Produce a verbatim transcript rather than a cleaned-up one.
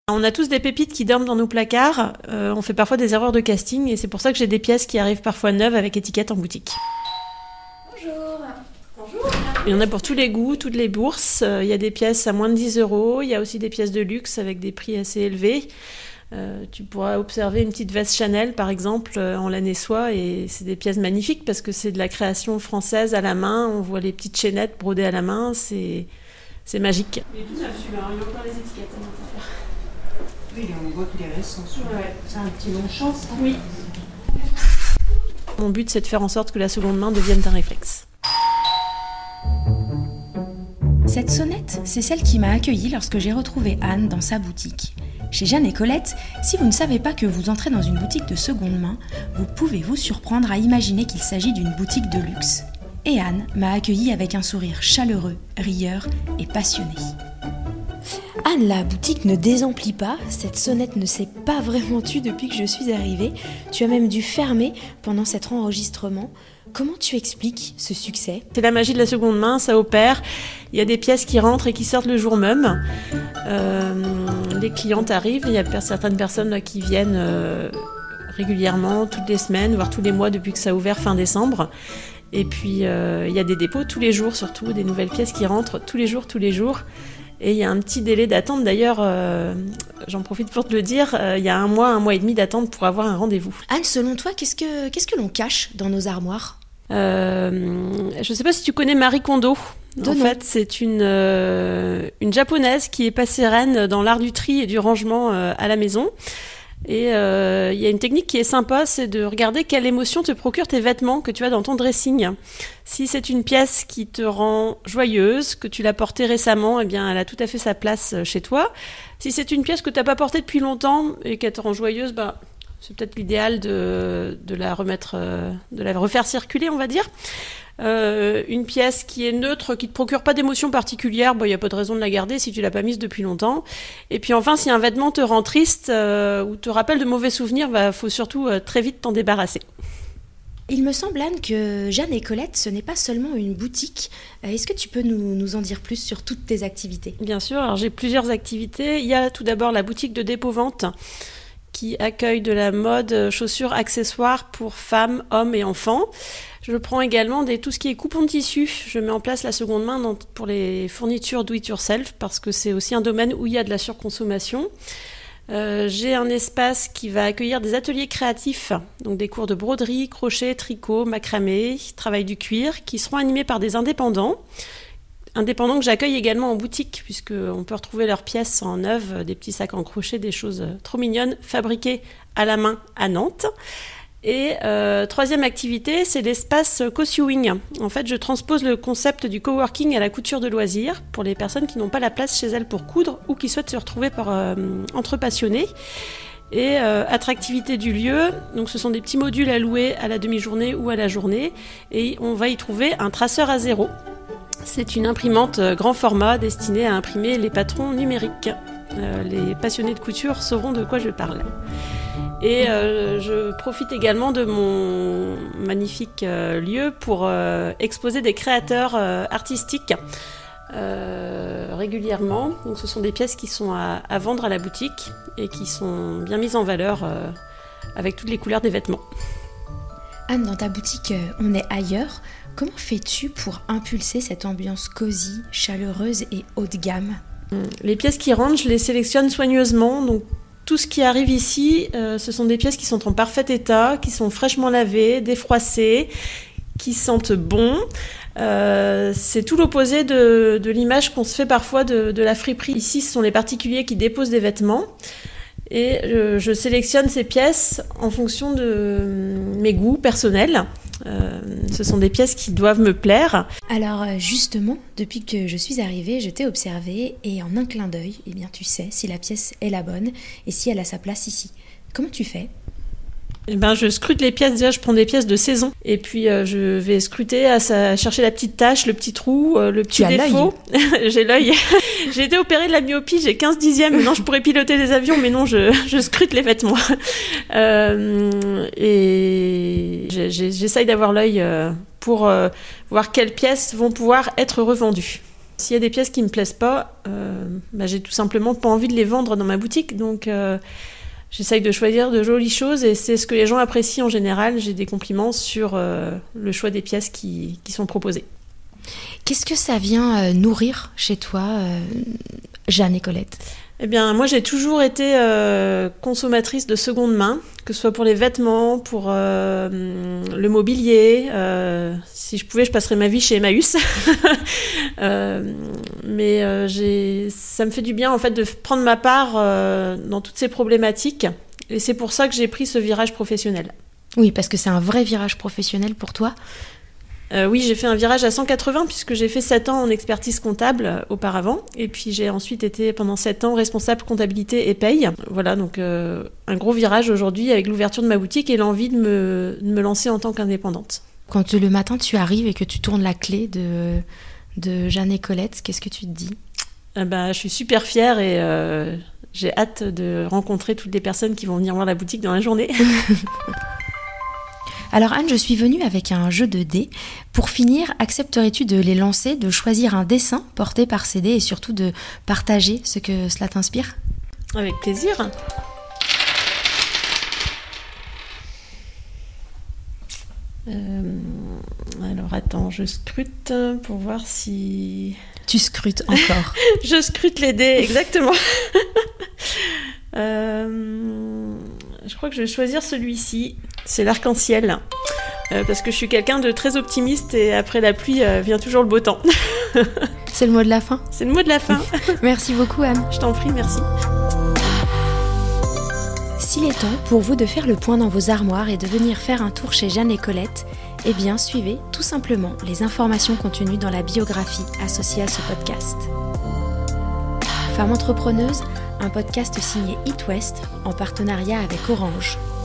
On a tous des pépites qui dorment dans nos placards. Euh, on fait parfois des erreurs de casting et c'est pour ça que j'ai des pièces qui arrivent parfois neuves avec étiquette en boutique. Bonjour. Bonjour. Il y en a pour tous les goûts, toutes les bourses. Il y a des pièces à moins de dix euros. Il y a aussi des pièces de luxe avec des prix assez élevés. Euh, tu pourras observer une petite veste Chanel, par exemple, en laine et soie. Et c'est des pièces magnifiques parce que c'est de la création française à la main. On voit les petites chaînettes brodées à la main. C'est, c'est magique. Il est tout neuf celui-là. Il y a encore les étiquettes à l'intérieur. Oui, on voit qu'il est récent. Ouais. C'est un petit Longchamp, ça ? Oui. Mon but, c'est de faire en sorte que la seconde main devienne un réflexe. Cette sonnette, c'est celle qui m'a accueillie lorsque j'ai retrouvé Anne dans sa boutique. Chez Jeanne et Colette, si vous ne savez pas que vous entrez dans une boutique de seconde main, vous pouvez vous surprendre à imaginer qu'il s'agit d'une boutique de luxe. Et Anne m'a accueillie avec un sourire chaleureux, rieur et passionné. Anne, la boutique ne désemplit pas, cette sonnette ne s'est pas vraiment tue depuis que je suis arrivée. Tu as même dû fermer pendant cet enregistrement. Comment tu expliques ce succès ? C'est la magie de la seconde main, ça opère. Il y a des pièces qui rentrent et qui sortent le jour même. Euh, les clientes arrivent, il y a certaines personnes là, qui viennent euh, régulièrement, toutes les semaines, voire tous les mois depuis que ça a ouvert fin décembre. Et puis euh, il y a des dépôts tous les jours, surtout des nouvelles pièces qui rentrent tous les jours, tous les jours. Et il y a un petit délai d'attente, d'ailleurs, euh, j'en profite pour te le dire, euh, il y a un mois, un mois et demi d'attente pour avoir un rendez-vous. Anne, selon toi, qu'est-ce que, qu'est-ce que l'on cache dans nos armoires ? euh, Je ne sais pas si tu connais Marie Kondo. De en nom. fait, c'est une, euh, une japonaise qui est passée reine dans l'art du tri et du rangement euh, à la maison. Et euh, il y a une technique qui est sympa, c'est de regarder quelle émotion te procurent tes vêtements que tu as dans ton dressing. Si c'est une pièce qui te rend joyeuse, que tu l'as portée récemment, eh bien, elle a tout à fait sa place chez toi. Si c'est une pièce que tu n'as pas portée depuis longtemps et qu'elle te rend joyeuse, bah, c'est peut-être l'idéal de, de la remettre, de la refaire circuler, on va dire. Euh, une pièce qui est neutre, qui ne te procure pas d'émotion particulière, il n'y a pas de raison de la garder si tu ne l'as pas mise depuis longtemps. Et puis enfin, si un vêtement te rend triste euh, ou te rappelle de mauvais souvenirs, il bah, faut surtout euh, très vite t'en débarrasser. Il me semble, Anne, que Jeanne et Colette, ce n'est pas seulement une boutique. Est-ce que tu peux nous, nous en dire plus sur toutes tes activités ? Bien sûr, alors j'ai plusieurs activités. Il y a tout d'abord la boutique de dépôt-vente qui accueille de la mode, chaussures, accessoires pour femmes, hommes et enfants. Je prends également des, tout ce qui est coupons de tissu. Je mets en place la seconde main dans, pour les fournitures do it yourself parce que c'est aussi un domaine où il y a de la surconsommation. Euh, j'ai un espace qui va accueillir des ateliers créatifs, donc des cours de broderie, crochet, tricot, macramé, travail du cuir, qui seront animés par des indépendants. Indépendants que j'accueille également en boutique, puisqu'on peut retrouver leurs pièces en œuvre, des petits sacs en crochet, des choses trop mignonnes, fabriquées à la main à Nantes. Et euh, troisième activité, c'est l'espace co-sewing. En fait, je transpose le concept du coworking à la couture de loisirs pour les personnes qui n'ont pas la place chez elles pour coudre ou qui souhaitent se retrouver par, euh, entre passionnés. Et euh, attractivité du lieu, donc ce sont des petits modules à louer à la demi-journée ou à la journée. Et on va y trouver un traceur à zéro. C'est une imprimante grand format destinée à imprimer les patrons numériques. Euh, les passionnés de couture sauront de quoi je parle. Et euh, je profite également de mon magnifique euh, lieu pour euh, exposer des créateurs euh, artistiques euh, régulièrement. Donc, ce sont des pièces qui sont à, à vendre à la boutique et qui sont bien mises en valeur euh, avec toutes les couleurs des vêtements. Anne, dans ta boutique, on est ailleurs. Comment fais-tu pour impulser cette ambiance cosy, chaleureuse et haut de gamme ? Les pièces qui rentrent, je les sélectionne soigneusement. Donc, tout ce qui arrive ici, euh, ce sont des pièces qui sont en parfait état, qui sont fraîchement lavées, défroissées, qui sentent bon. Euh, c'est tout l'opposé de, de l'image qu'on se fait parfois de, de la friperie. Ici, ce sont les particuliers qui déposent des vêtements. Et je, je sélectionne ces pièces en fonction de mes goûts personnels. Euh, ce sont des pièces qui doivent me plaire. Alors justement, depuis que je suis arrivée, je t'ai observée et en un clin d'œil, eh bien, tu sais si la pièce est la bonne et si elle a sa place ici. Comment tu fais ? Eh ben, je scrute les pièces, déjà je prends des pièces de saison et puis euh, je vais scruter à, sa, à chercher la petite tache, le petit trou, euh, le petit tu défaut. J'ai l'œil. J'ai été opérée de la myopie, j'ai quinze dixièmes, maintenant je pourrais piloter des avions, mais non, je, je scrute les vêtements. Euh, et j'ai, j'ai, j'essaye d'avoir l'œil euh, pour euh, voir quelles pièces vont pouvoir être revendues. S'il y a des pièces qui me plaisent pas, euh, bah, j'ai tout simplement pas envie de les vendre dans ma boutique. Donc euh, j'essaye de choisir de jolies choses et c'est ce que les gens apprécient en général. J'ai des compliments sur euh, le choix des pièces qui, qui sont proposées. Qu'est-ce que ça vient euh, nourrir chez toi, euh, Jeanne et Colette ? Eh bien, moi, j'ai toujours été euh, consommatrice de seconde main, que ce soit pour les vêtements, pour euh, le mobilier. Euh, si je pouvais, je passerais ma vie chez Emmaüs. euh, mais euh, j'ai, ça me fait du bien, en fait, de prendre ma part euh, dans toutes ces problématiques. Et c'est pour ça que j'ai pris ce virage professionnel. Oui, parce que c'est un vrai virage professionnel pour toi. Euh, oui, j'ai fait un virage à cent quatre-vingts puisque j'ai fait sept ans en expertise comptable euh, auparavant. Et puis j'ai ensuite été pendant sept ans responsable comptabilité et paye. Voilà, donc euh, un gros virage aujourd'hui avec l'ouverture de ma boutique et l'envie de me, de me lancer en tant qu'indépendante. Quand le matin tu arrives et que tu tournes la clé de, de Jeanne et Colette, qu'est-ce que tu te dis ? euh, bah, Je suis super fière et euh, j'ai hâte de rencontrer toutes les personnes qui vont venir voir la boutique dans la journée. Alors Anne, je suis venue avec un jeu de dés. Pour finir, accepterais-tu de les lancer, de choisir un dessin porté par ces dés et surtout de partager ce que cela t'inspire ? Avec plaisir. Euh, alors attends, je scrute pour voir si... Tu scrutes encore. Je scrute les dés, exactement. euh, je crois que je vais choisir celui-ci. C'est l'arc-en-ciel, euh, parce que je suis quelqu'un de très optimiste et après la pluie euh, vient toujours le beau temps. C'est le mot de la fin ? C'est le mot de la fin. Merci beaucoup Anne. Je t'en prie, merci. S'il est temps pour vous de faire le point dans vos armoires et de venir faire un tour chez Jeanne et Colette, eh bien suivez tout simplement les informations contenues dans la biographie associée à ce podcast. Femme entrepreneuse, un podcast signé It West en partenariat avec Orange.